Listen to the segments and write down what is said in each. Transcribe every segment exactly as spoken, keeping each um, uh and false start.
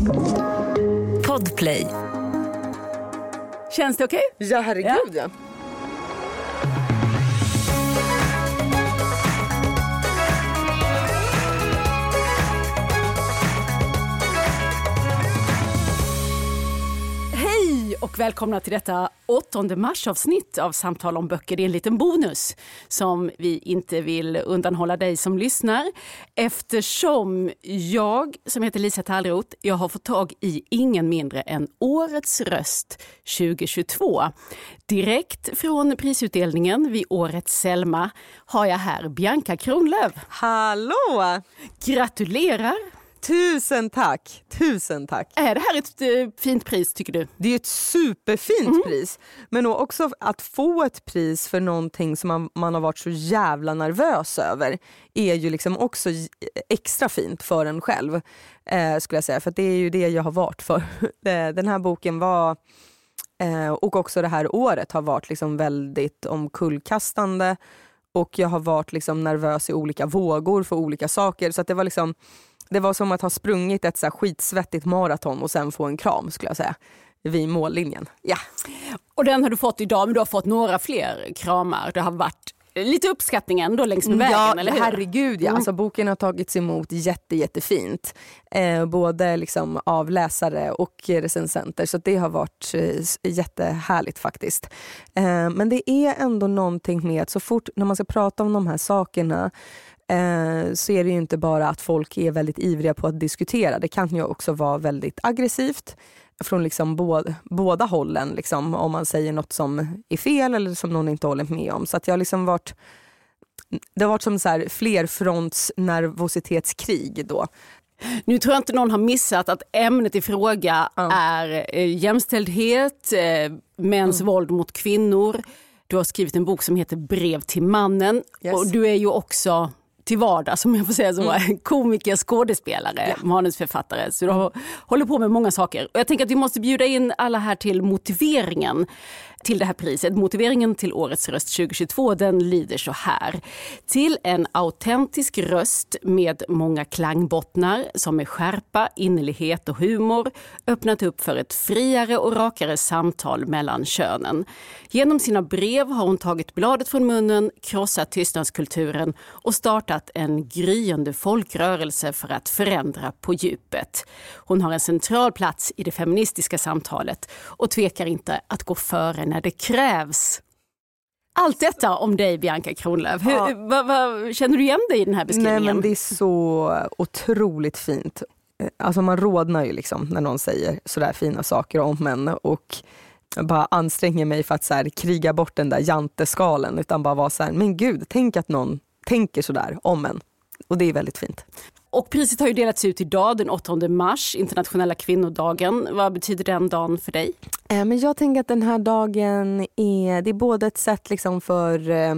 Podplay. Känns det okej? Okay? Ja, herregud, ja. Hej och välkomna till detta åttonde mars-avsnitt av Samtal om böcker. Det är en liten bonus som vi inte vill undanhålla dig som lyssnar. Eftersom jag, som heter Lisa Tallroth, jag har fått tag i ingen mindre än Årets röst tjugohundratjugotvå. Direkt från prisutdelningen vid Årets Selma har jag här Bianca Kronlöf. Hallå! Gratulerar! Tusen tack, tusen tack. Är det här ett uh, fint pris tycker du? Det är ett superfint mm. pris. Men också att få ett pris för någonting som man, man har varit så jävla nervös över är ju liksom också extra fint för en själv. Eh, skulle jag säga, för det är ju det jag har varit för. Den här boken var, eh, och också det här året har varit liksom väldigt omkullkastande. Och jag har varit liksom nervös i olika vågor för olika saker. Så att det var liksom... Det var som att ha sprungit ett så här skitsvettigt maraton och sen få en kram, skulle jag säga, vid mållinjen. Ja. Och den har du fått idag, men du har fått några fler kramar. Det har varit lite uppskattning ändå längs med vägen, ja, eller hur? Herregud, ja. Mm. Alltså, boken har tagits emot jätte, jättefint. Eh, både liksom av läsare och recensenter. Så det har varit eh, jättehärligt faktiskt. Eh, men det är ändå någonting med att så fort när man ska prata om de här sakerna så är det ju inte bara att folk är väldigt ivriga på att diskutera. Det kan ju också vara väldigt aggressivt från liksom båda, båda hållen. Liksom, om man säger något som är fel eller som någon inte håller med om. Så att jag har liksom varit... Det har varit som så här flerfronts nervositetskrig då. Nu tror jag inte någon har missat att ämnet i fråga mm. är jämställdhet, mäns mm. våld mot kvinnor. Du har skrivit en bok som heter Brev till mannen. Yes. Och du är ju också... till vardag, som jag får säga så, mm. komiker, skådespelare, ja. manusförfattare. Så du har, håller på med många saker. Och jag tänker att vi måste bjuda in alla här till motiveringen till det här priset. Motiveringen till Årets röst tjugohundratjugotvå, den lyder så här. Till en autentisk röst med många klangbottnar som med skärpa, innerlighet och humor öppnat upp för ett friare och rakare samtal mellan könen. Genom sina brev har hon tagit bladet från munnen, krossat tystnadskulturen och startat en gryende folkrörelse för att förändra på djupet. Hon har en central plats i det feministiska samtalet och tvekar inte att gå före när det krävs. Allt detta om dig, Bianca Kronlöf. Hur, ja. va, va, känner du igen dig i den här beskrivningen? Nej, men det är så otroligt fint. Alltså man rådnar ju liksom när någon säger sådär fina saker om män, och bara anstränger mig för att så här, kriga bort den där janteskalen, utan bara vara så här, men gud, tänk att någon tänker sådär om en. Och det är väldigt fint. Och priset har ju delats ut idag, den åttonde mars, internationella kvinnodagen. Vad betyder den dagen för dig? Eh, men jag tänker att den här dagen är, det är både ett sätt liksom för eh,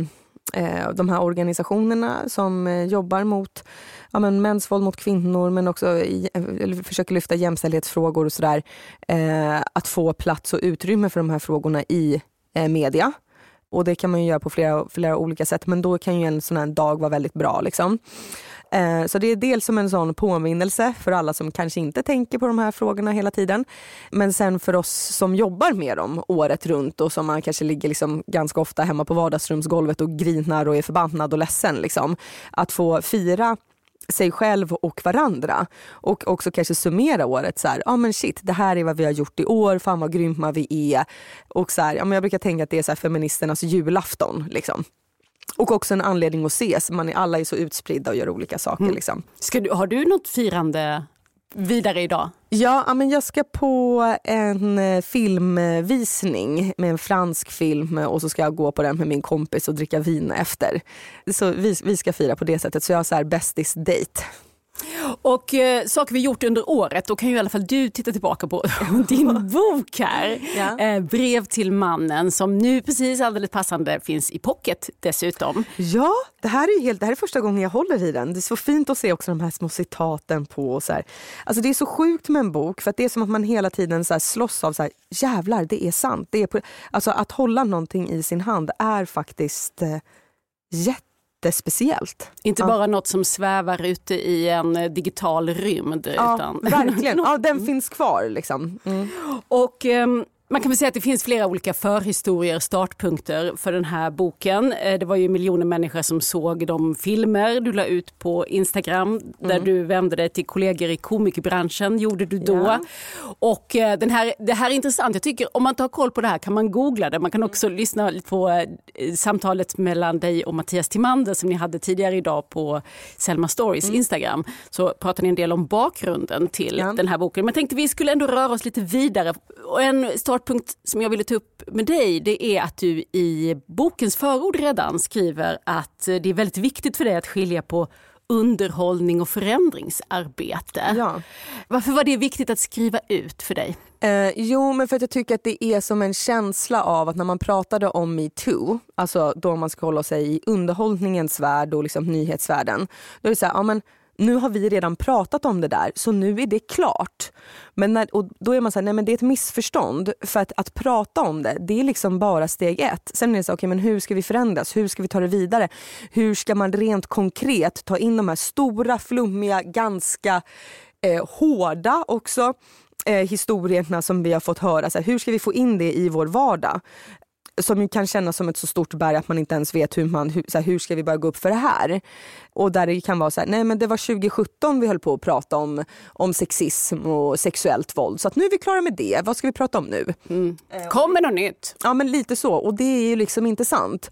de här organisationerna som eh, jobbar mot ja, men mäns våld mot kvinnor, men också i, eller försöker lyfta jämställdhetsfrågor och sådär. Eh, att få plats och utrymme för de här frågorna i eh, media. Och det kan man ju göra på flera, flera olika sätt. Men då kan ju en sån här dag vara väldigt bra. Liksom. Eh, så det är dels som en sån påminnelse för alla som kanske inte tänker på de här frågorna hela tiden. Men sen för oss som jobbar med dem året runt och som man kanske ligger liksom ganska ofta hemma på vardagsrumsgolvet och grinar och är förbannad och ledsen. Liksom. Att få fira sig själv och varandra och också kanske summera året så här, ja ah, men shit, det här är vad vi har gjort i år, fan vad grymma vi är, och så här, ja men jag brukar tänka att det är så här feministernas julafton liksom. Och också en anledning att ses, man är alla är så utspridda och gör olika saker mm. liksom. Ska du, har du något firande vidare idag? Ja, men jag ska på en filmvisning med en fransk film, och så ska jag gå på den med min kompis och dricka vin efter. Så vi, vi ska fira på det sättet, så jag har så här bästis date. Och eh, saker vi gjort under året, då kan ju i alla fall du titta tillbaka på din bok här. Ja. Eh, Brev till mannen, som nu precis alldeles passande finns i pocket dessutom. Ja, det här är ju helt, det här är första gången jag håller i den. Det är så fint att se också de här små citaten på och så här. Alltså det är så sjukt med en bok, för att det är som att man hela tiden så här slåss av så här, jävlar, det är sant. Det är på, alltså att hålla någonting i sin hand är faktiskt eh, jätte jättespeciellt. Inte ja. bara något som svävar ute i en digital rymd. Ja, utan... verkligen. Ja, den finns kvar liksom. Mm. Och... Um... Man kan väl säga att det finns flera olika förhistorier, startpunkter för den här boken. Det var ju miljoner människor som såg de filmer du la ut på Instagram där mm. du vände dig till kollegor i komikerbranschen, gjorde du då. Ja. Och den här, det här är intressant. Jag tycker om man tar koll på det här kan man googla det. Man kan också mm. lyssna på samtalet mellan dig och Mattias Timander som ni hade tidigare idag på Selma Stories mm. Instagram. Så pratar ni en del om bakgrunden till ja. den här boken. Men jag tänkte vi skulle ändå röra oss lite vidare. Och en start punkt som jag ville ta upp med dig, det är att du i bokens förord redan skriver att det är väldigt viktigt för dig att skilja på underhållning och förändringsarbete. Ja. Varför var det viktigt att skriva ut för dig? Eh, jo, men för att jag tycker att det är som en känsla av att när man pratade om MeToo, alltså då man ska hålla sig i underhållningens värld och liksom nyhetsvärlden, då är det så här, ja men nu har vi redan pratat om det där så nu är det klart. Men när, och då är man så här, nej men det är ett missförstånd för att, att prata om det, det är liksom bara steg ett. Sen är det så, okej okay, men hur ska vi förändras? Hur ska vi ta det vidare? Hur ska man rent konkret ta in de här stora, flummiga, ganska eh, hårda också eh, historierna som vi har fått höra? Så här, hur ska vi få in det i vår vardag? Som ju kan kännas som ett så stort berg att man inte ens vet hur man hur, så här, hur ska vi börja gå upp för det här. Och där det kan vara så här, nej men det var tjugo sjutton vi höll på att prata om, om sexism och sexuellt våld. Så att nu är vi klara med det. Vad ska vi prata om nu? Mm. Kommer något nytt? Ja men lite så. Och det är ju liksom inte sant.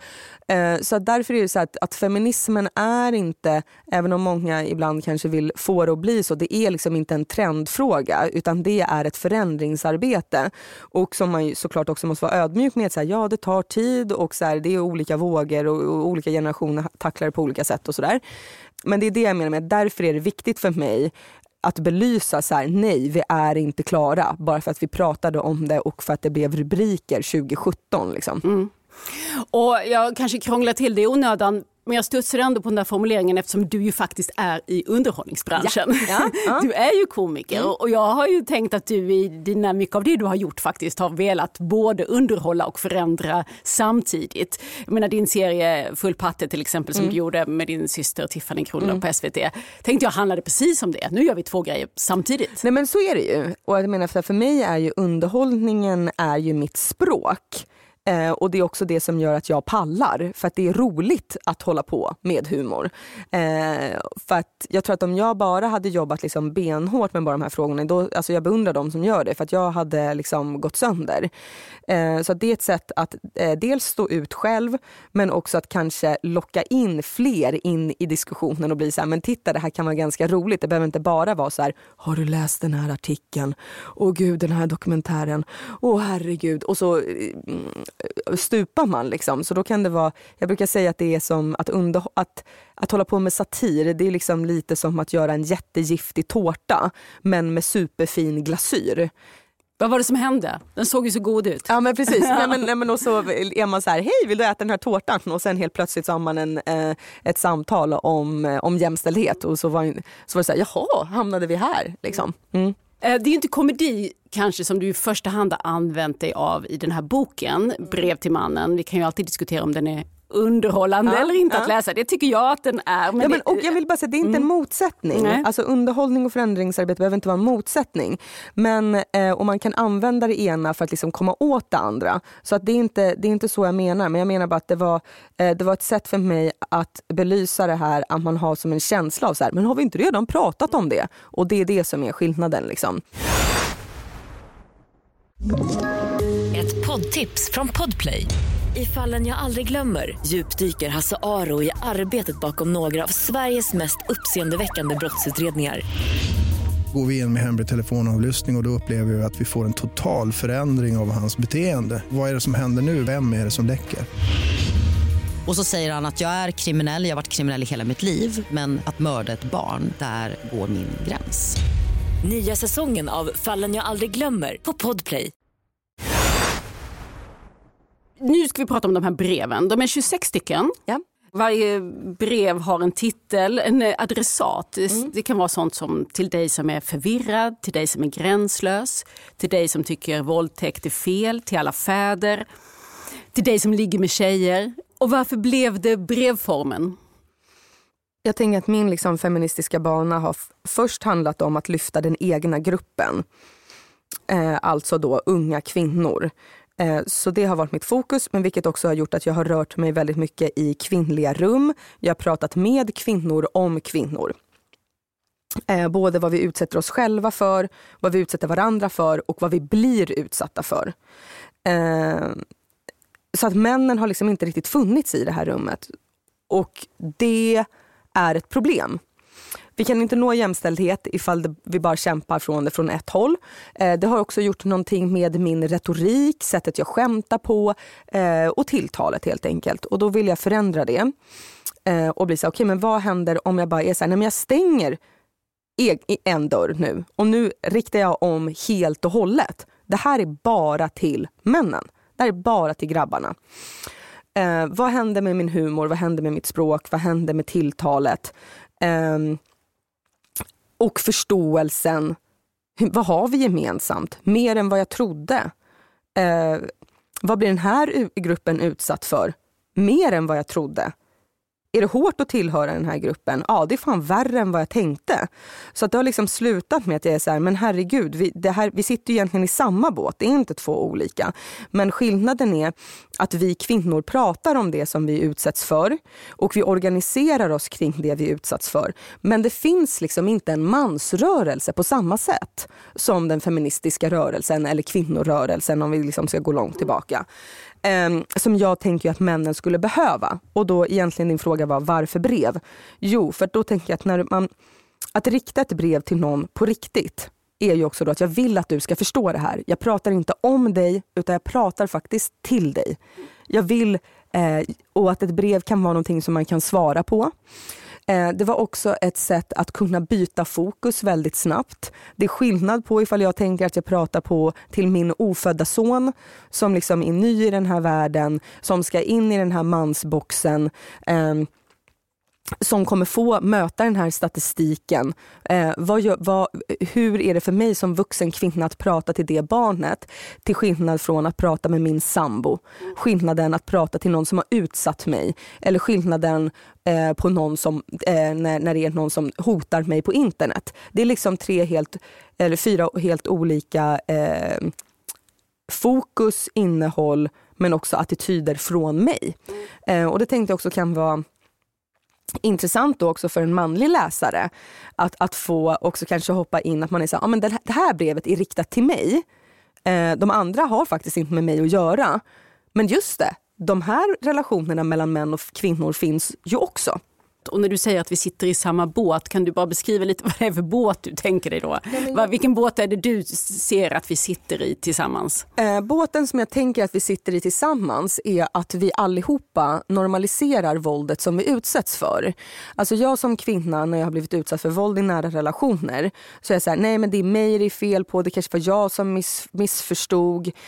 Så därför är det så att, att feminismen är inte, även om många ibland kanske vill få det att bli så, det är liksom inte en trendfråga utan det är ett förändringsarbete. Och som man ju såklart också måste vara ödmjuk med, så här, ja det tar tid och så här, det är olika vågor och, och olika generationer tacklar det på olika sätt och sådär. Men det är det jag menar med, därför är det viktigt för mig att belysa så här, nej vi är inte klara bara för att vi pratade om det och för att det blev rubriker tjugo sjutton liksom. Mm. Och jag kanske krånglar till det i onödan, men jag studsar ändå på den där formuleringen eftersom du ju faktiskt är i underhållningsbranschen. Ja, ja, ja. Du är ju komiker mm. och jag har ju tänkt att du i dina, mycket av det du har gjort faktiskt har velat både underhålla och förändra samtidigt. Jag menar din serie Full patte till exempel som mm. du gjorde med din syster Tiffany Kronlöf mm. på S V T. Tänkte jag handlade precis om det. Nu gör vi två grejer samtidigt. Nej men så är det ju. Och jag menar för, för mig är ju underhållningen är ju mitt språk. Eh, och det är också det som gör att jag pallar, för att det är roligt att hålla på med humor. Eh, för att jag tror att om jag bara hade jobbat liksom benhårt med bara de här frågorna, då, alltså jag beundrar de som gör det, för att jag hade liksom gått sönder. Eh, så att det är ett sätt att eh, dels stå ut själv, men också att kanske locka in fler in i diskussionen och bli så här, men titta det här kan vara ganska roligt. Det behöver inte bara vara så här, har du läst den här artikeln? Åh gud, den här dokumentären. Åh herregud. Och så stupar man liksom. Så då kan det vara, jag brukar säga att det är som att, under, att, att hålla på med satir, det är liksom lite som att göra en jättegiftig tårta men med superfin glasyr. Vad var det som hände? Den såg ju så god ut. Ja men precis, nej, men, nej, men och så är man så här, hej vill du äta den här tårtan? Och sen helt plötsligt så har man en, eh, ett samtal om, om jämställdhet och så var, så var det så här, jaha, hamnade vi här liksom. Mm. Det är ju inte komedi kanske som du i första hand har använt dig av i den här boken, Brev till mannen. Vi kan ju alltid diskutera om den är underhållande ja, eller inte ja. Att läsa. Det tycker jag att den är. Men ja, men, det, och jag vill bara säga, det är inte mm. en motsättning. Nej. Alltså underhållning och förändringsarbete behöver inte vara en motsättning. Men eh, och man kan använda det ena för att liksom komma åt det andra. Så att det är inte, det är inte så jag menar. Men jag menar bara att det var, eh, det var ett sätt för mig att belysa det här, att man har som en känsla av så här, men har vi inte redan pratat om det? Och det är det som är skillnaden liksom. Ett poddtips från Podplay. I Fallen jag aldrig glömmer djupdyker Hasse Aro i arbetet bakom några av Sveriges mest uppseendeväckande brottsutredningar. Går vi in med hemlig telefonavlyssning och då upplever vi att vi får en total förändring av hans beteende. Vad är det som händer nu? Vem är det som läcker? Och så säger han att jag är kriminell, jag har varit kriminell i hela mitt liv. Men att mörda ett barn, där går min gräns. Nya säsongen av Fallen jag aldrig glömmer på Podplay. Nu ska vi prata om de här breven. De är tjugosex stycken. Ja. Varje brev har en titel, en adressat. Mm. Det kan vara sånt som till dig som är förvirrad, till dig som är gränslös, till dig som tycker våldtäkt är fel, till alla fäder, till dig som ligger med tjejer. Och varför blev det brevformen? Jag tänker att min liksom feministiska bana har f- först handlat om att lyfta den egna gruppen. Eh, alltså då unga kvinnor. Eh, så det har varit mitt fokus, men vilket också har gjort att jag har rört mig väldigt mycket i kvinnliga rum. Jag har pratat med kvinnor om kvinnor. Eh, både vad vi utsätter oss själva för, vad vi utsätter varandra för och vad vi blir utsatta för. Eh, så att männen har liksom inte riktigt funnits i det här rummet. Och det är ett problem. Vi kan inte nå jämställdhet ifall det, vi bara kämpar från det från ett håll. Eh, det har också gjort någonting med min retorik, sättet jag skämtar på eh, och tilltalet helt enkelt. Och då vill jag förändra det. Eh, och bli så okej, okay, men vad händer om jag bara är så här, nej men jag stänger i en dörr nu. Och nu riktar jag om helt och hållet. Det här är bara till männen. Det här är bara till grabbarna. Eh, vad händer med min humor? Vad händer med mitt språk? Vad händer med tilltalet? Eh, och förståelsen. Vad har vi gemensamt? Mer än vad jag trodde. Eh, vad blir den här gruppen utsatt för? Mer än vad jag trodde. Är det hårt att tillhöra den här gruppen? Ja, det är fan värre än vad jag tänkte. Så att det har liksom slutat med att jag är så här, men herregud, vi, det här, vi sitter ju egentligen i samma båt. Det är inte två olika. Men skillnaden är att vi kvinnor pratar om det som vi utsätts för. Och vi organiserar oss kring det vi utsatts för. Men det finns liksom inte en mansrörelse på samma sätt som den feministiska rörelsen eller kvinnorörelsen, om vi liksom ska gå långt tillbaka. Um, som jag tänker att männen skulle behöva. Och då egentligen din fråga var, varför brev? Jo, för då tänker jag att när man att rikta ett brev till någon på riktigt är ju också då att jag vill att du ska förstå det här. Jag pratar inte om dig, utan jag pratar faktiskt till dig. Jag vill, eh, och att ett brev kan vara någonting som man kan svara på. Det var också ett sätt att kunna byta fokus väldigt snabbt. Det är skillnad på ifall jag tänker att jag pratar på till min ofödda son som liksom är ny i den här världen, som ska in i den här mansboxen, eh, som kommer få möta den här statistiken. Eh, vad, vad, hur är det för mig som vuxen kvinna att prata till det barnet, till skillnad från att prata med min sambo? Skillnaden att prata till någon som har utsatt mig, eller skillnaden eh, på någon som, eh, när, när det är någon som hotar mig på internet. Det är liksom tre helt, eller fyra helt olika eh, fokus, innehåll, men också attityder från mig. Eh, och det tänkte jag också kan vara intressant då också för en manlig läsare att, att få också kanske hoppa in att man är så här, ja men det här brevet är riktat till mig. Eh, de andra har faktiskt inte med mig att göra. Men just det, de här relationerna mellan män och kvinnor finns ju också. Och när du säger att vi sitter i samma båt, kan du bara beskriva lite vad det är för båt du tänker dig då? Nej, jag... Vilken båt är det du ser att vi sitter i tillsammans? Eh, båten som jag tänker att vi sitter i tillsammans är att vi allihopa normaliserar våldet som vi utsätts för. Alltså jag som kvinna, när jag har blivit utsatt för våld i nära relationer, så är jag så här, nej men det är mig det är fel på, det kanske var jag som miss, missförstod. Eh,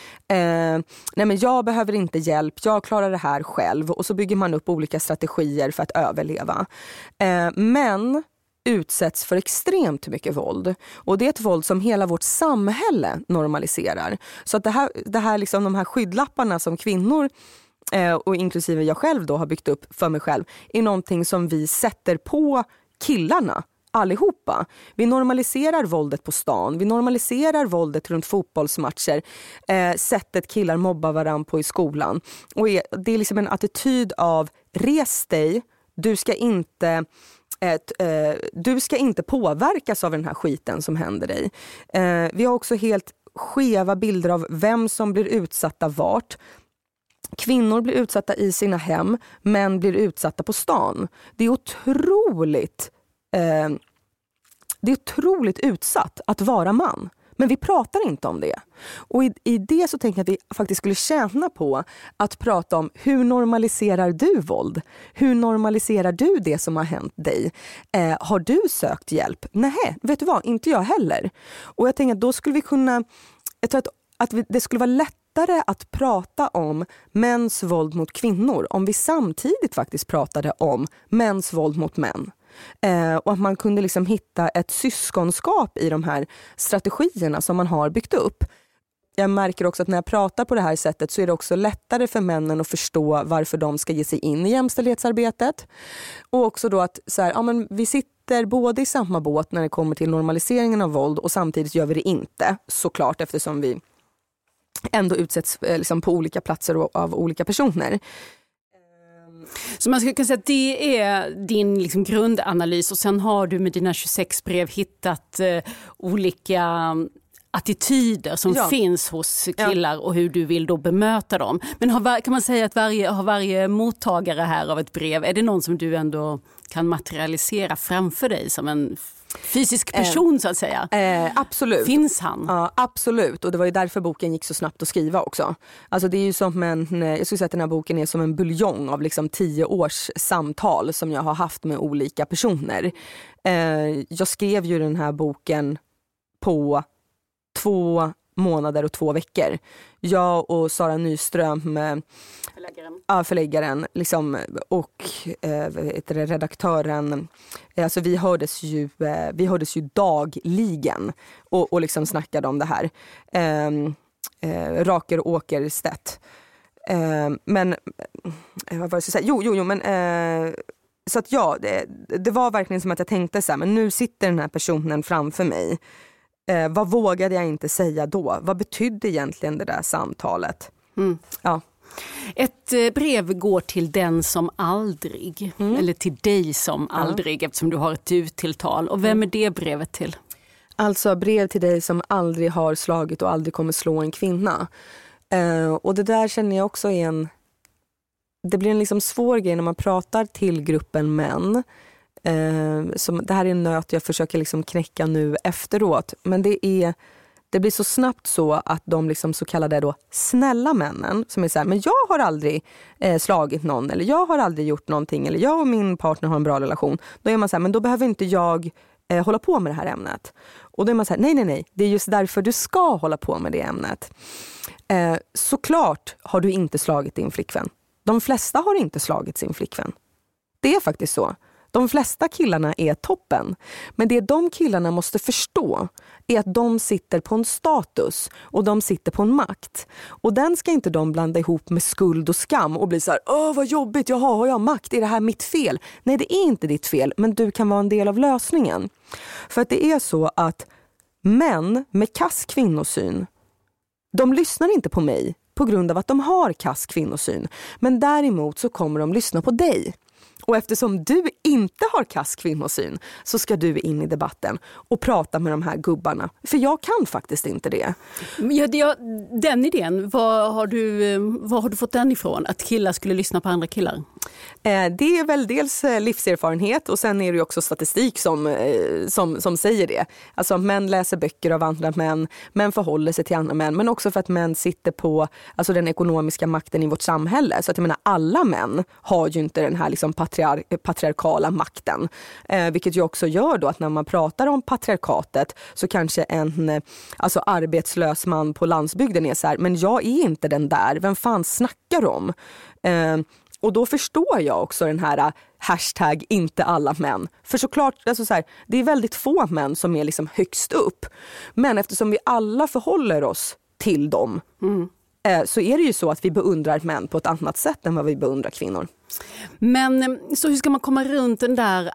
nej men jag behöver inte hjälp, jag klarar det här själv. Och så bygger man upp olika strategier för att överleva. Eh, men utsätts för extremt mycket våld. Och det är ett våld som hela vårt samhälle normaliserar. Så att det här, det här liksom, de här skyddlapparna som kvinnor eh, och inklusive jag själv då har byggt upp för mig själv är någonting som vi sätter på killarna. Allihopa. Vi normaliserar våldet på stan. Vi normaliserar våldet runt fotbollsmatcher. Eh, sättet killar mobbar varandra på i skolan. Och är, det är liksom en attityd av res dig. Du ska inte ett, eh, du ska inte påverkas av den här skiten som händer dig. Eh, vi har också helt skeva bilder av vem som blir utsatta vart. Kvinnor blir utsatta i sina hem, män blir utsatta på stan. Det är otroligt eh, det är otroligt utsatt att vara man. Men vi pratar inte om det. Och i, i det så tänker jag att vi faktiskt skulle tjäna på att prata om hur normaliserar du våld? Hur normaliserar du det som har hänt dig? Eh, har du sökt hjälp? Nej, vet du vad? Inte jag heller. Och jag tänker att då skulle vi kunna... Jag tror att, att vi, det skulle vara lättare att prata om mäns våld mot kvinnor om vi samtidigt faktiskt pratade om mäns våld mot män. Eh, och att man kunde liksom hitta ett syskonskap i de här strategierna som man har byggt upp. jag märker också att när jag pratar på det här sättet så är det också lättare för männen att förstå varför de ska ge sig in i jämställdhetsarbetet. Och också då att så här, ja, men vi sitter både i samma båt när det kommer till normaliseringen av våld och samtidigt gör vi det inte, såklart, eftersom vi ändå utsätts liksom, på olika platser av olika personer. Så man skulle kunna säga att det är din liksom grundanalys, och sen har du med dina tjugosex brev hittat eh, olika attityder som ja. finns hos killar ja. och hur du vill då bemöta dem. Men har, kan man säga att varje, har varje mottagare här av ett brev, är det någon som du ändå kan materialisera framför dig som en fysisk person eh, så att säga? Eh, absolut. Finns han? Ja, absolut. Och det var ju därför boken gick så snabbt att skriva också. Alltså det är ju som en, jag skulle säga att den här boken är som en buljong av liksom tio års samtal som jag har haft med olika personer. Eh, jag skrev ju den här boken på två månader och två veckor. Jag och Sara Nyström, förläggaren, ja, förläggaren liksom, och eh, det, redaktören, alltså vi hördes ju, eh, vi hördes ju dagligen och, och liksom snackade om det här. Eh, eh, Raker Åkerstedt. Eh, men eh, vad var det jag säga? Jo, jo, jo, men eh, så att ja, det, det var verkligen som att jag tänkte så här, men nu sitter den här personen framför mig. Eh, vad vågade jag inte säga då? Vad betydde egentligen det där samtalet? Mm. Ja. Ett eh, brev går till den som aldrig, mm. eller till dig som ja. aldrig, eftersom du har ett du-tilltal. Och vem är det brevet till? Alltså brev till dig som aldrig har slagit och aldrig kommer slå en kvinna. Eh, och det där känner jag också är en... Det blir en liksom svår grej när man pratar till gruppen män. Eh, som, det här är en nöt jag försöker liksom knäcka nu efteråt, men det är det blir så snabbt så att de liksom så kallade då snälla männen som är så här, men jag har aldrig eh, slagit någon, eller jag har aldrig gjort någonting, eller jag och min partner har en bra relation, då är man så här, men då behöver inte jag eh, hålla på med det här ämnet. Och då är man så här, nej nej nej, det är just därför du ska hålla på med det ämnet. Eh, såklart har du inte slagit din flickvän. De flesta har inte slagit sin flickvän. Det är faktiskt så. De flesta killarna är toppen. Men det de killarna måste förstå är att de sitter på en status och de sitter på en makt. Och den ska inte de blanda ihop med skuld och skam och bli så här, åh vad jobbigt, jaha, har jag makt? Är det här mitt fel? Nej, det är inte ditt fel, men du kan vara en del av lösningen. För att det är så att män med kass kvinnosyn, de lyssnar inte på mig på grund av att de har kass kvinnosyn. Men däremot så kommer de lyssna på dig. Och eftersom du inte har kass kvinnosyn så ska du in i debatten och prata med de här gubbarna. För jag kan faktiskt inte det. Ja, det den idén, var har, du, var har du fått den ifrån? Att killar skulle lyssna på andra killar? Eh, det är väl dels livserfarenhet och sen är det ju också statistik som, eh, som, som säger det. Alltså män läser böcker av andra män, män förhåller sig till andra män, men också för att män sitter på alltså, den ekonomiska makten i vårt samhälle. Så att jag menar, alla män har ju inte den här liksom, patriar- patriarkala makten. Eh, vilket ju också gör då att när man pratar om patriarkatet så kanske en alltså, arbetslös man på landsbygden är så här, men jag är inte den där, vem fan snackar om? Eh, Och då förstår jag också den här hashtag inte alla män. För såklart, alltså så här, det är väldigt få män som är liksom högst upp. Men eftersom vi alla förhåller oss till dem mm. eh, så är det ju så att vi beundrar män på ett annat sätt än vad vi beundrar kvinnor. Men så hur ska man komma runt den där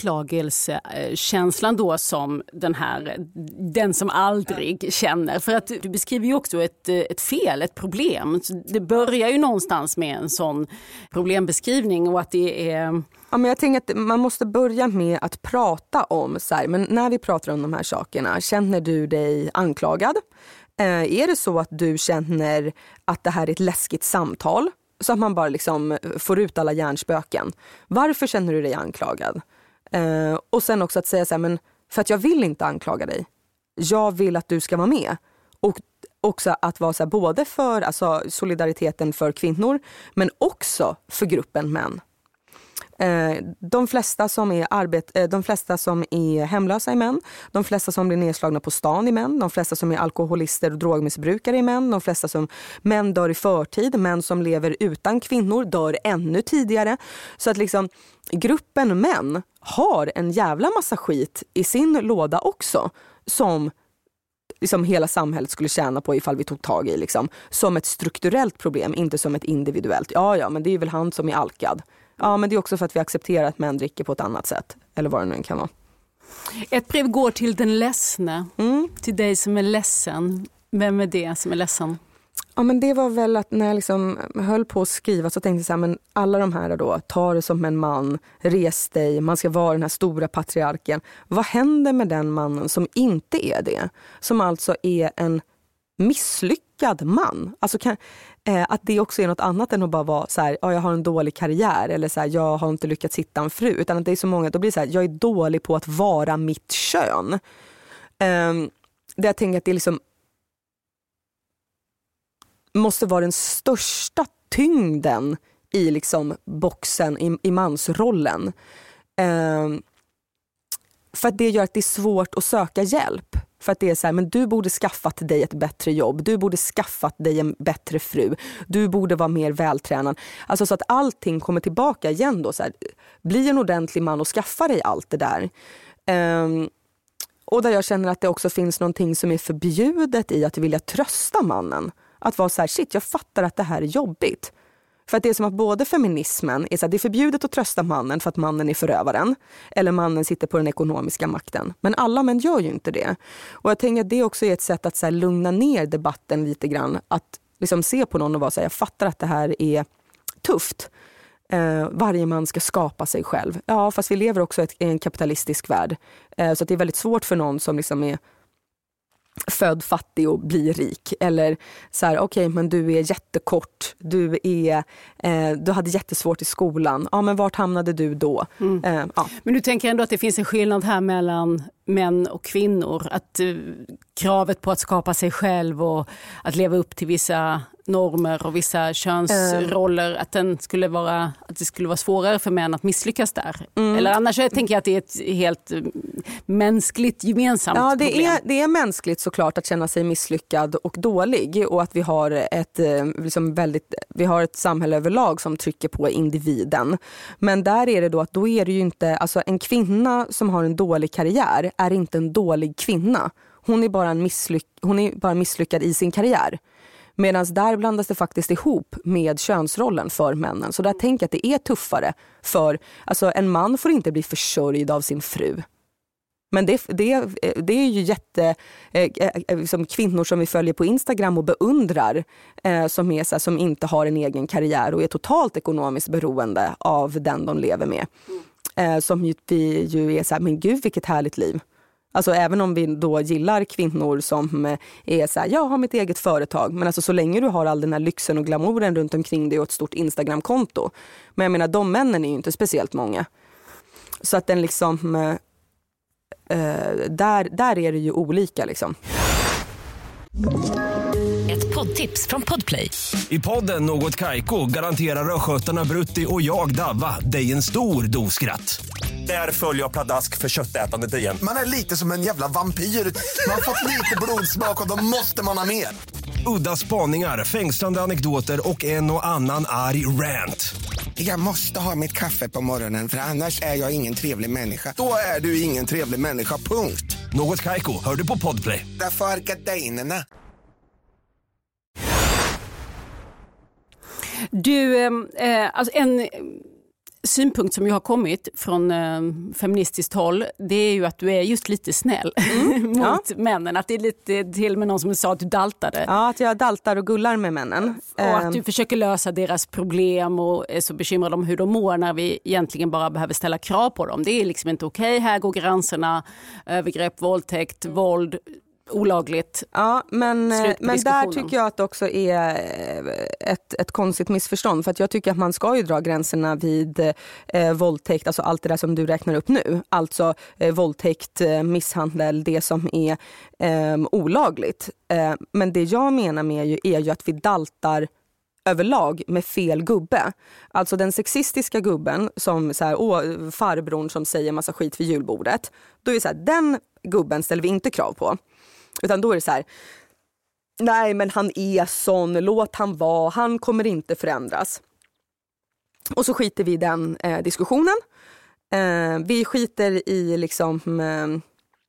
anklagelsekänslan då som den här, den som aldrig känner? För att du beskriver ju också ett, ett fel, ett problem. Det börjar ju någonstans med en sån problembeskrivning och att det är... Ja, men jag tänker att man måste börja med att prata om så här, men när vi pratar om de här sakerna, känner du dig anklagad? Eh, är det så att du känner att det här är ett läskigt samtal? Så att man bara liksom får ut alla hjärnspöken. Varför känner du dig anklagad? Eh, och sen också att säga så här, men för att jag vill inte anklaga dig. Jag vill att du ska vara med. Och också att vara så här, både för alltså, solidariteten för kvinnor, men också för gruppen män. Eh, de flesta som är arbet, eh, de flesta som är hemlösa är män, de flesta som blir nedslagna på stan är män, de flesta som är alkoholister och drogmissbrukare är män, de flesta som män dör i förtid, män som lever utan kvinnor dör ännu tidigare. Så att liksom gruppen män har en jävla massa skit i sin låda också som liksom hela samhället skulle tjäna på ifall vi tog tag i liksom, som ett strukturellt problem, inte som ett individuellt. Ja, ja, men det är väl han som är alkad. Ja, men det är också för att vi accepterar att män dricker på ett annat sätt. Eller vad det nu kan vara. Ett brev går till den ledsna. Mm. Till dig som är ledsen. Vem är det som är ledsen? Ja, men det var väl att när jag liksom höll på att skriva så tänkte jag så här, men alla de här då, ta det som en man, res dig, man ska vara den här stora patriarken. Vad händer med den mannen som inte är det? Som alltså är en misslyckad man. Alltså kan, eh, att det också är något annat än att bara vara så här, ja, jag har en dålig karriär eller så här, jag har inte lyckats hitta en fru. Utan att det är så många, då blir det så här, jag är dålig på att vara mitt kön. Eh, det jag tänker att det är liksom måste vara den största tyngden i liksom boxen, i, i mansrollen. Eh, för att det gör att det är svårt att söka hjälp. För att det är så här, men du borde skaffat dig ett bättre jobb. Du borde skaffat dig en bättre fru. Du borde vara mer vältränad. Alltså så att allting kommer tillbaka igen då. Så här, bli en ordentlig man och skaffa dig allt det där. Eh, och där jag känner att det också finns någonting som är förbjudet i att vilja trösta mannen. Att vara så här, shit, jag fattar att det här är jobbigt. För att det är som att både feminismen är så här, det är förbjudet att trösta mannen för att mannen är förövaren. Eller mannen sitter på den ekonomiska makten. Men alla män gör ju inte det. Och jag tänker att det också är ett sätt att så här, lugna ner debatten lite grann. Att liksom se på någon och vara så här, jag fattar att det här är tufft. Eh, varje man ska skapa sig själv. Ja, fast vi lever också i en kapitalistisk värld. Eh, så att det är väldigt svårt för någon som liksom är född fattig och bli rik, eller så här, okej, okay, men du är jättekort, du är eh, du hade jättesvårt i skolan, ja, men vart hamnade du då? Mm. Eh, ja. Men du tänker ändå att det finns en skillnad här mellan män och kvinnor, att eh, kravet på att skapa sig själv och att leva upp till vissa normer och vissa könsroller, uh. att den skulle vara, att det skulle vara svårare för män att misslyckas där. Mm. Eller annars jag tänker jag att det är ett helt mänskligt gemensamt ja, det problem. Är, det är mänskligt såklart att känna sig misslyckad och dålig, och att vi har ett, liksom väldigt, vi har ett samhälle överlag som trycker på individen. Men där är det då att då är det ju inte, alltså en kvinna som har en dålig karriär är inte en dålig kvinna. Hon är bara, en misslyck, hon är bara misslyckad i sin karriär. Medan där blandas det faktiskt ihop med könsrollen för männen. Så där tänker jag att det är tuffare. För alltså, en man får inte bli försörjd av sin fru. Men det, det, det är ju jätte eh, som kvinnor som vi följer på Instagram och beundrar. Eh, som, är, så här, som inte har en egen karriär och är totalt ekonomiskt beroende av den de lever med. Eh, som ju, vi ju är så här, men gud vilket härligt liv. Alltså även om vi då gillar kvinnor som är så här, jag har mitt eget företag. Men alltså så länge du har all den här lyxen och glamouren runt omkring dig och ett stort Instagram-konto. Men jag menar, de männen är ju inte speciellt många. Så att den liksom, eh, där, där är det ju olika liksom. Ett poddtips från Podplay. I podden Något Kaiko garanterar röskötarna Brutti och jag Davva dig en stor doskratt. Där följer jag pladask för köttätandet igen. Man är lite som en jävla vampyr. Man har fått lite blodsmak och då måste man ha mer. Udda spaningar, fängslande anekdoter och en och annan arg rant. Jag måste ha mitt kaffe på morgonen, för annars är jag ingen trevlig människa. Då är du ingen trevlig människa, punkt. Något Kaiko, hör du på Podplay. Därför är gardinerna. Du, eh, alltså en synpunkt som ju har kommit från eh, feministiskt håll, det är ju att du är just lite snäll mm. mot ja. männen. Att det är lite till och med någon som sa att du daltade. Ja, att jag daltar och gullar med männen. Och att du försöker lösa deras problem och är så bekymrad om hur de mår när vi egentligen bara behöver ställa krav på dem. Det är liksom inte okej. Okay. Här går gränserna, övergrepp, våldtäkt, våld, olagligt. Ja, men, men där tycker jag att det också är ett, ett konstigt missförstånd. För att jag tycker att man ska ju dra gränserna vid eh, våldtäkt, alltså allt det där som du räknar upp nu. Alltså eh, våldtäkt, eh, misshandel, det som är eh, olagligt. Eh, men det jag menar med ju är ju att vi daltar överlag med fel gubbe. Alltså den sexistiska gubben som så här, åh, farbrorn som säger massa skit vid julbordet. Då är det så här, den gubben ställer vi inte krav på. Utan då är det så här, nej men han är sån, låt han vara, han kommer inte förändras. Och så skiter vi i den eh, diskussionen. Eh, vi skiter i liksom, eh,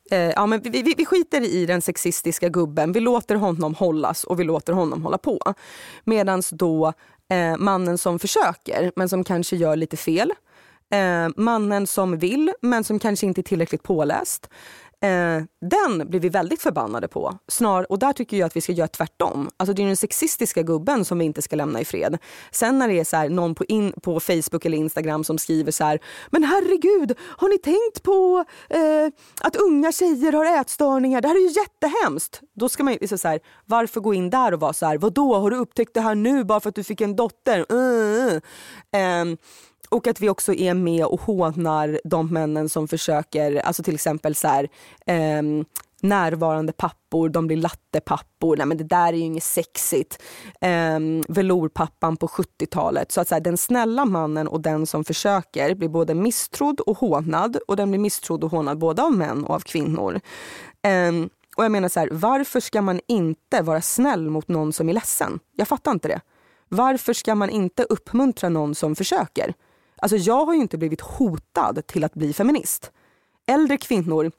eh, ja, men vi, vi, vi skiter i den sexistiska gubben. Vi låter honom hållas och vi låter honom hålla på. Medans då eh, mannen som försöker men som kanske gör lite fel. Eh, mannen som vill men som kanske inte är tillräckligt påläst. Eh, den blir vi väldigt förbannade på. Snar, och där tycker jag att vi ska göra tvärtom. Alltså det är den sexistiska gubben som vi inte ska lämna i fred. Sen när det är så här, någon på, in, på Facebook eller Instagram som skriver så här: men herregud, har ni tänkt på eh, att unga tjejer har ätstörningar? Det här är ju jättehemskt. Då ska man ju så här, varför gå in där och vara så här: vadå, har du upptäckt det här nu bara för att du fick en dotter? Uh. Eh, Och att vi också är med och hånar de männen som försöker, alltså till exempel så här, eh, närvarande pappor, de blir lattepappor. Nej men det där är ju inget sexigt. Eh, velourpappan på sjuttiotalet. Så att så här, den snälla mannen och den som försöker blir både misstrodd och hånad. Och den blir misstrodd och hånad både av män och av kvinnor. Eh, och jag menar så här, varför ska man inte vara snäll mot någon som är ledsen? Jag fattar inte det. Varför ska man inte uppmuntra någon som försöker? Alltså jag har ju inte blivit hotad till att bli feminist. Äldre kvinnor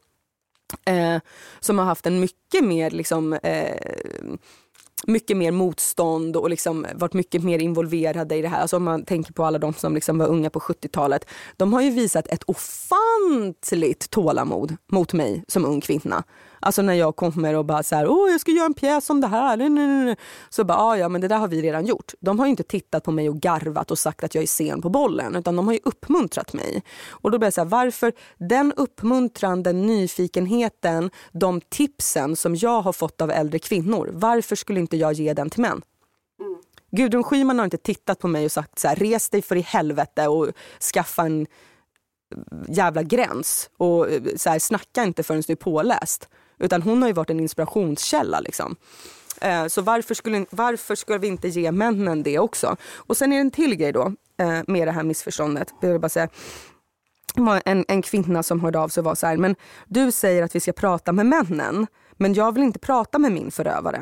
eh, som har haft en mycket mer liksom, eh, mycket mer motstånd och liksom varit mycket mer involverade i det här. Alltså om man tänker på alla de som liksom var unga på sjuttiotalet. De har ju visat ett ofantligt tålamod mot mig som ung kvinna. Alltså när jag kommer och bara så här: åh jag ska göra en pjäs om det här. Nej, nej, nej. Så bara, ah, ja men det där har vi redan gjort. De har ju inte tittat på mig och garvat och sagt att jag är sen på bollen. Utan de har ju uppmuntrat mig. Och då blir jag så här, varför den uppmuntrande nyfikenheten, de tipsen som jag har fått av äldre kvinnor. Varför skulle inte jag ge den till män? Mm. Gudrun Schyman har inte tittat på mig och sagt så här: res dig för i helvete och skaffa en jävla gräns. Och så här, snacka inte förrän du är påläst. Utan hon har ju varit en inspirationskälla liksom. Eh, så varför skulle, varför skulle vi inte ge männen det också? Och sen är det en till grej då eh, med det här missförståndet. Jag vill bara säga, en, en kvinna som hörde av sig var så här: men du säger att vi ska prata med männen, men jag vill inte prata med min förövare.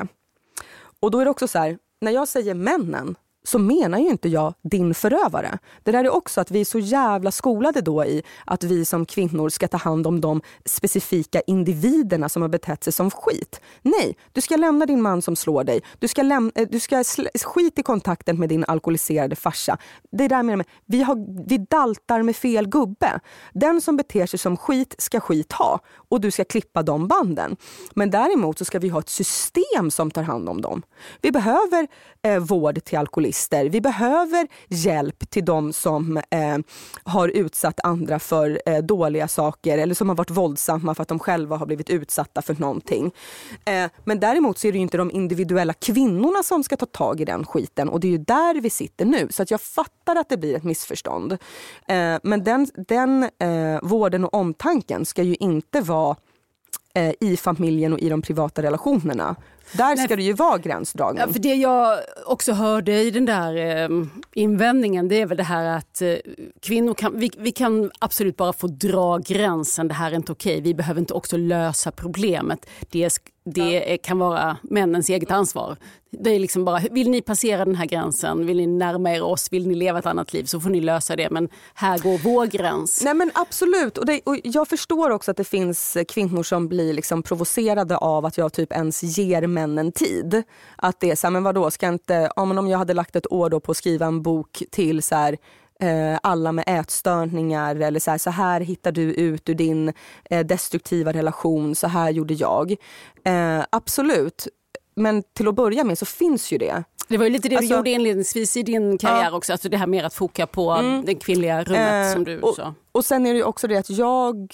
Och då är det också så här, när jag säger männen så menar ju inte jag din förövare. Det där är också att vi är så jävla skolade då i att vi som kvinnor ska ta hand om de specifika individerna som har betett sig som skit. Nej, du ska lämna din man som slår dig. Du ska, lämna, du ska sl- skit i kontakten med din alkoholiserade farsa. Det är där med, vi, har, vi daltar med fel gubbe. Den som beter sig som skit ska skit ha. Och du ska klippa de banden. Men däremot så ska vi ha ett system som tar hand om dem. Vi behöver eh, vård till alkoholister. Vi behöver hjälp till de som eh, har utsatt andra för eh, dåliga saker eller som har varit våldsamma för att de själva har blivit utsatta för någonting. Eh, men däremot så är det ju inte de individuella kvinnorna som ska ta tag i den skiten, och det är ju där vi sitter nu. Så att jag fattar att det blir ett missförstånd. Eh, men den, den eh, vården och omtanken ska ju inte vara eh, i familjen och i de privata relationerna. Där ska Nej, det ju vara gränsdragning. Ja, för det jag också hörde i den där eh, invändningen, det är väl det här att eh, kvinnor kan, vi, vi kan absolut bara få dra gränsen, det här är inte okej. Vi behöver inte också lösa problemet. Det, det ja. kan vara männens eget ansvar. Det är liksom bara, vill ni passera den här gränsen, vill ni närma er oss, vill ni leva ett annat liv, så får ni lösa det. Men här går vår gräns. Nej men absolut, och, det, och jag förstår också att det finns kvinnor som blir liksom provocerade av att jag typ ens ger männen tid. Att det är så här, men vadå, ska inte, ja, men om jag hade lagt ett år då på att skriva en bok till så här, eh, alla med ätstörningar eller så här, så här hittar du ut ur din eh, destruktiva relation, så här gjorde jag. Eh, absolut. Men till att börja med så finns ju det. Det var ju lite det alltså, du gjorde inledningsvis i din karriär ja. också. Alltså det här med att foka på mm. den kvinnliga rummet eh, som du och, sa. Och sen är det ju också det att jag...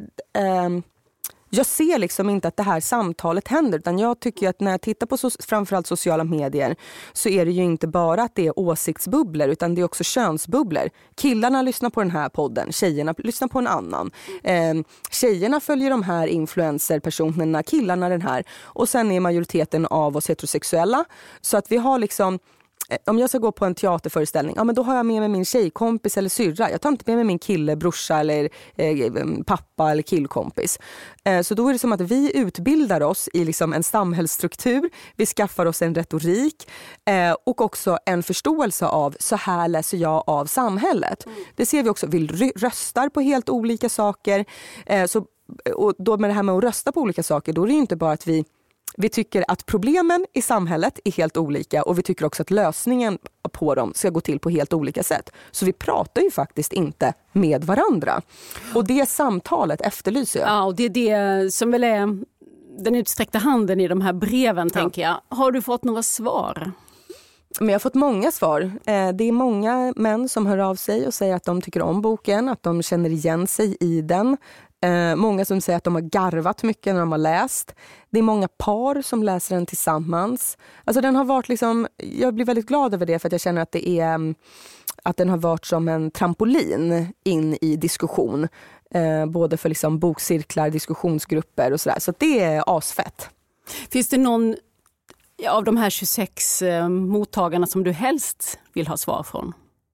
Eh, Jag ser liksom inte att det här samtalet händer, utan jag tycker att när jag tittar på so- framförallt sociala medier så är det ju inte bara att det är åsiktsbubblor, utan det är också könsbubblor. Killarna lyssnar på den här podden, tjejerna lyssnar på en annan. Eh, tjejerna följer de här influencerpersonerna, killarna den här. Och sen är majoriteten av oss heterosexuella. Så att vi har liksom... Om jag ska gå på en teaterföreställning, ja men då har jag med mig min tjejkompis eller syrra. Jag tar inte med mig min kille, brorsa eller eh, pappa eller killkompis. Eh, så då är det som att vi utbildar oss i liksom en samhällsstruktur. Vi skaffar oss en retorik eh, och också en förståelse av så här läser jag av samhället. Mm. Det ser vi också, vi röstar på helt olika saker. Eh, så och då med det här med att rösta på olika saker, då är det ju inte bara att vi Vi tycker att problemen i samhället är helt olika och vi tycker också att lösningen på dem ska gå till på helt olika sätt. Så vi pratar ju faktiskt inte med varandra. Och det samtalet efterlyser jag. Ja, och det är det som väl är den utsträckta handen i de här breven, ja. tänker jag. Har du fått några svar? Men jag har fått många svar. Det är många män som hör av sig och säger att de tycker om boken, att de känner igen sig i den. Eh, många som säger att de har garvat mycket när de har läst. Det är många par som läser den tillsammans. Alltså den har varit liksom, jag blir väldigt glad över det för att jag känner att det är att den har varit som en trampolin in i diskussion. Eh, både för liksom bokcirklar, diskussionsgrupper och sådär. Så det är asfett. Finns det någon av de här tjugosex eh, mottagarna som du helst vill ha svar från?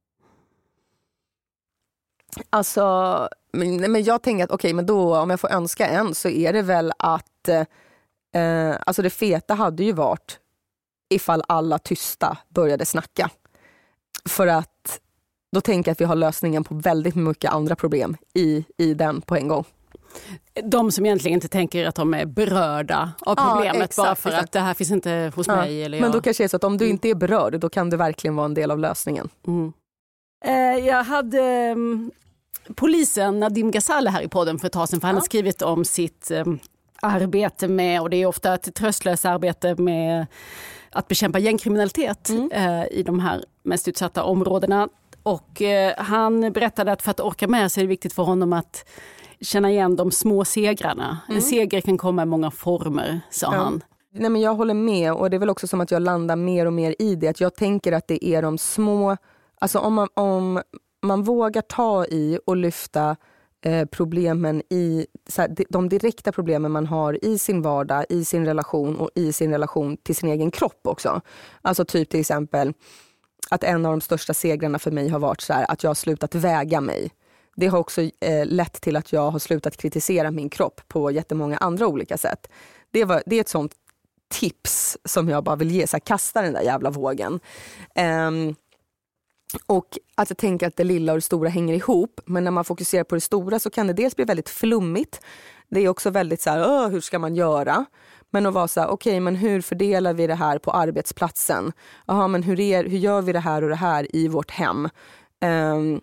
Alltså, men, men jag tänker att okej, okay, men då om jag får önska en så är det väl att eh, alltså det feta hade ju varit ifall alla tysta började snacka. För att då tänker jag att vi har lösningen på väldigt mycket andra problem i, i den på en gång. De som egentligen inte tänker att de är berörda av problemet, ja, exakt, bara för exakt. Att det här finns inte hos ja. mig. Eller jag. Men då kanske det är så att om du inte är berörd, då kan det verkligen vara en del av lösningen. Mm. Eh, jag hade um, polisen Nadim Ghazali här i podden för ett tag sedan, för han ja. har skrivit om sitt um, arbete med, och det är ofta ett tröstlöst arbete med att bekämpa gängkriminalitet mm. eh, i de här mest utsatta områdena. Och eh, han berättade att för att orka med så är det viktigt för honom att känna igen de små segrarna. Mm. En seger kan komma i många former, sa ja. han. Nej, men jag håller med, och det är väl också som att jag landar mer och mer i det. Att jag tänker att det är de små, alltså om man, om man vågar ta i och lyfta eh, problemen i, så här, de direkta problemen man har i sin vardag, i sin relation och i sin relation till sin egen kropp också. Alltså typ till exempel att en av de största segrarna för mig har varit så här, att jag har slutat väga mig. Det har också eh, lett till att jag har slutat kritisera min kropp på jättemånga andra olika sätt. Det, var, det är ett sånt tips som jag bara vill ge, så här, kasta den där jävla vågen. Um, och att jag tänker att det lilla och det stora hänger ihop, men när man fokuserar på det stora så kan det dels bli väldigt flummigt. Det är också väldigt så här, hur ska man göra? Men att vara så här, okej, okay, men hur fördelar vi det här på arbetsplatsen? Jaha, men hur, är, hur gör vi det här och det här i vårt hem? Um,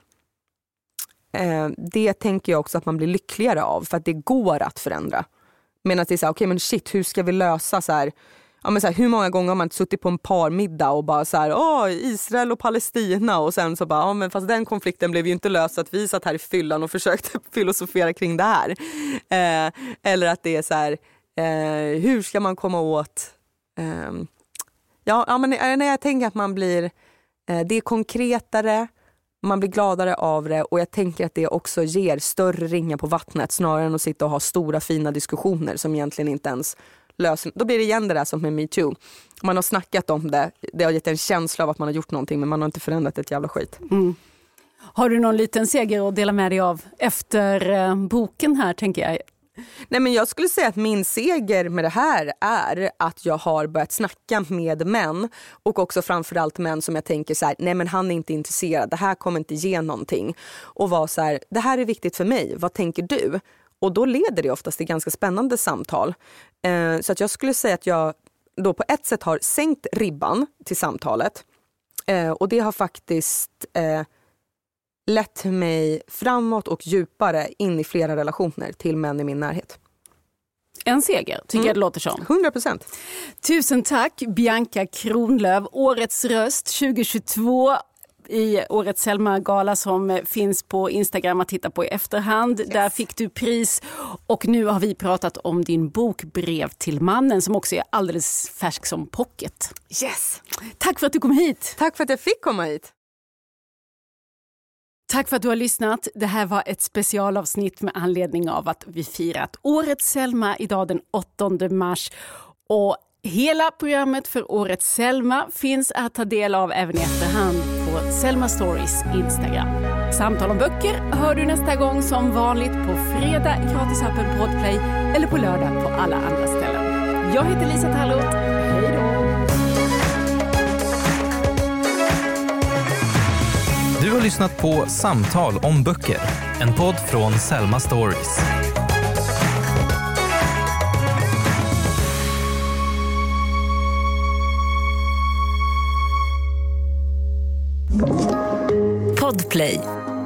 uh, det tänker jag också att man blir lyckligare av, för att det går att förändra. Men att det är så här, okej, okay, men shit, hur ska vi lösa så här? Ja, men så här, hur många gånger har man suttit på en parmiddag och bara så här, åh, Israel och Palestina, och sen så bara, ja, men fast den konflikten blev ju inte löst, så att vi satt här i fyllan och försökte filosofera kring det här. Eh, eller att det är så här, eh, hur ska man komma åt, eh, ja, ja, men när jag tänker att man blir, eh, det är konkretare, man blir gladare av det, och jag tänker att det också ger större ringar på vattnet snarare än att sitta och ha stora fina diskussioner som egentligen inte ens löser. Då blir det igen det där som med MeToo. Man har snackat om det, det har gett en känsla av att man har gjort någonting, men man har inte förändrat ett jävla skit. Mm. Har du någon liten seger att dela med dig av efter eh, boken här, tänker jag? Nej, men jag skulle säga att min seger med det här är att jag har börjat snacka med män, och också framförallt män som jag tänker så här, nej men han är inte intresserad, det här kommer inte ge någonting, och vara så här, det här är viktigt för mig, vad tänker du? Och då leder det oftast till ganska spännande samtal. Eh, så att jag skulle säga att jag då på ett sätt har sänkt ribban till samtalet, eh, och det har faktiskt eh, lett mig framåt och djupare in i flera relationer till män i min närhet. En seger, tycker mm. jag det låter som. hundra procent. Tusen tack, Bianca Kronlöf. Årets röst tjugohundratjugotvå i Årets Selma-gala som finns på Instagram att titta på i efterhand. Yes. Där fick du pris, och nu har vi pratat om din bok Brev till mannen, som också är alldeles färsk som pocket. Yes! Tack för att du kom hit. Tack för att jag fick komma hit. Tack för att du har lyssnat. Det här var ett specialavsnitt med anledning av att vi firat Årets Selma idag den åttonde mars. Och hela programmet för Årets Selma finns att ta del av även i efterhand på Selma Stories Instagram. Samtal om böcker hör du nästa gång som vanligt på fredag i gratisappen Podplay eller på lördag på alla andra ställen. Jag heter Lisa Tallroth. Hej då! Du har lyssnat på Samtal om böcker, en podd från Selma Stories. Podplay.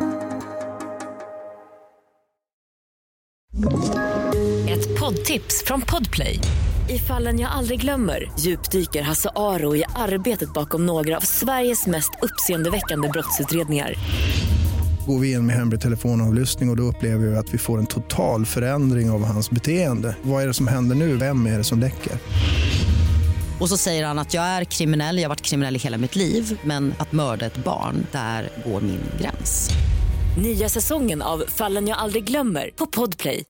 Ett poddtips från Podplay. I Fallen jag aldrig glömmer djupdyker Hasse Aro i arbetet bakom några av Sveriges mest uppseendeväckande brottsutredningar. Går vi in med hemlig telefonavlyssning och, och då upplever vi att vi får en total förändring av hans beteende. Vad är det som händer nu? Vem är det som läcker? Och så säger han att jag är kriminell, jag har varit kriminell i hela mitt liv. Men att mörda ett barn, där går min gräns. Nya säsongen av Fallen jag aldrig glömmer på Podplay.